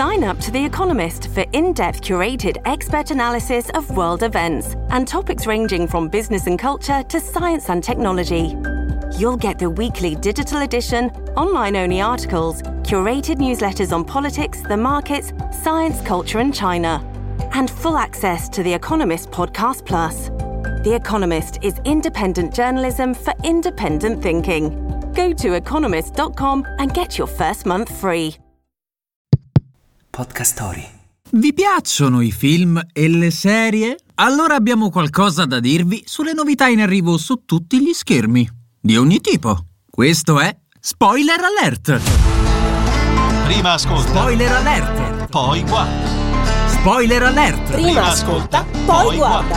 Sign up to The Economist for in-depth curated expert analysis of world events and topics ranging from business and culture to science and technology. You'll get the weekly digital edition, online-only articles, curated newsletters on politics, the markets, science, culture and China, and full access to The Economist Podcast Plus. The Economist is independent journalism for independent thinking. Go to economist.com and get your first month free. Podcast Story. Vi piacciono i film e le serie? Allora abbiamo qualcosa da dirvi sulle novità in arrivo su tutti gli schermi, di ogni tipo. Questo è Spoiler Alert! Prima ascolta, Spoiler Alert! poi guarda. Spoiler Alert! Prima ascolta, poi guarda.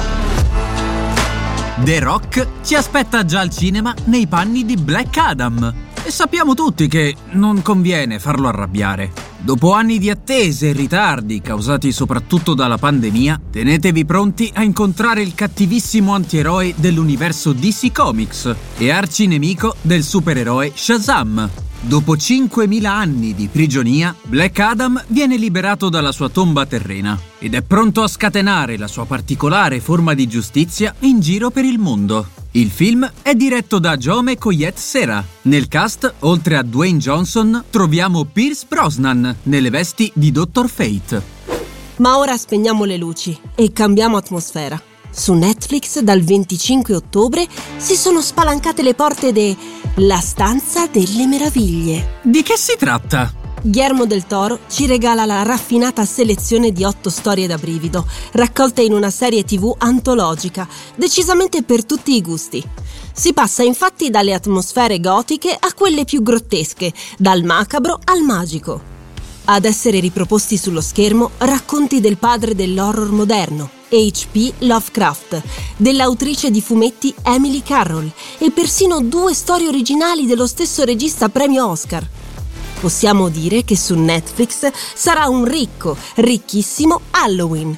The Rock ci aspetta già al cinema nei panni di Black Adam. E sappiamo tutti che non conviene farlo arrabbiare. Dopo anni di attese e ritardi causati soprattutto dalla pandemia, tenetevi pronti a incontrare il cattivissimo antieroe dell'universo DC Comics e arcinemico del supereroe Shazam. Dopo 5.000 anni di prigionia, Black Adam viene liberato dalla sua tomba terrena ed è pronto a scatenare la sua particolare forma di giustizia in giro per il mondo. Il film è diretto da Jaume Collet-Serra. Nel cast, oltre a Dwayne Johnson, troviamo Pierce Brosnan nelle vesti di Dr. Fate. Ma ora spegniamo le luci e cambiamo atmosfera. Su Netflix dal 25 ottobre si sono spalancate le porte de La stanza delle meraviglie. Di che si tratta? Guillermo del Toro ci regala la raffinata selezione di 8 storie da brivido, raccolte in una serie TV antologica, decisamente per tutti i gusti. Si passa infatti dalle atmosfere gotiche a quelle più grottesche, dal macabro al magico. Ad essere riproposti sullo schermo racconti del padre dell'horror moderno, H.P. Lovecraft, dell'autrice di fumetti Emily Carroll e persino 2 storie originali dello stesso regista premio Oscar. Possiamo dire che su Netflix sarà un ricchissimo Halloween.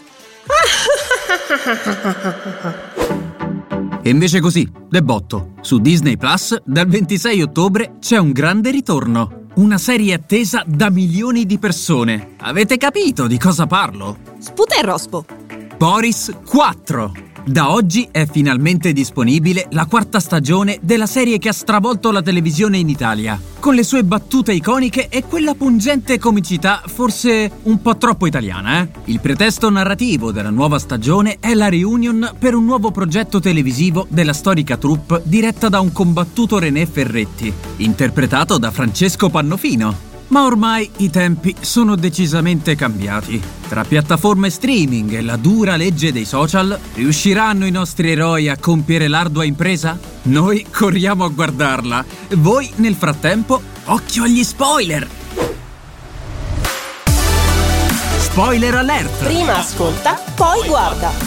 E invece così, debotto, su Disney Plus dal 26 ottobre c'è un grande ritorno. Una serie attesa da milioni di persone. Avete capito di cosa parlo? Sputa e rospo. Boris 4. Da oggi è finalmente disponibile la 4ª stagione della serie che ha stravolto la televisione in Italia, con le sue battute iconiche e quella pungente comicità forse un po' troppo italiana, eh? Il pretesto narrativo della nuova stagione è la reunion per un nuovo progetto televisivo della storica troupe diretta da un combattuto René Ferretti, interpretato da Francesco Pannofino. Ma ormai i tempi sono decisamente cambiati. Tra piattaforme streaming e la dura legge dei social, riusciranno i nostri eroi a compiere l'ardua impresa? Noi corriamo a guardarla. Voi, nel frattempo, occhio agli spoiler! Spoiler Alert! Prima ascolta, poi guarda.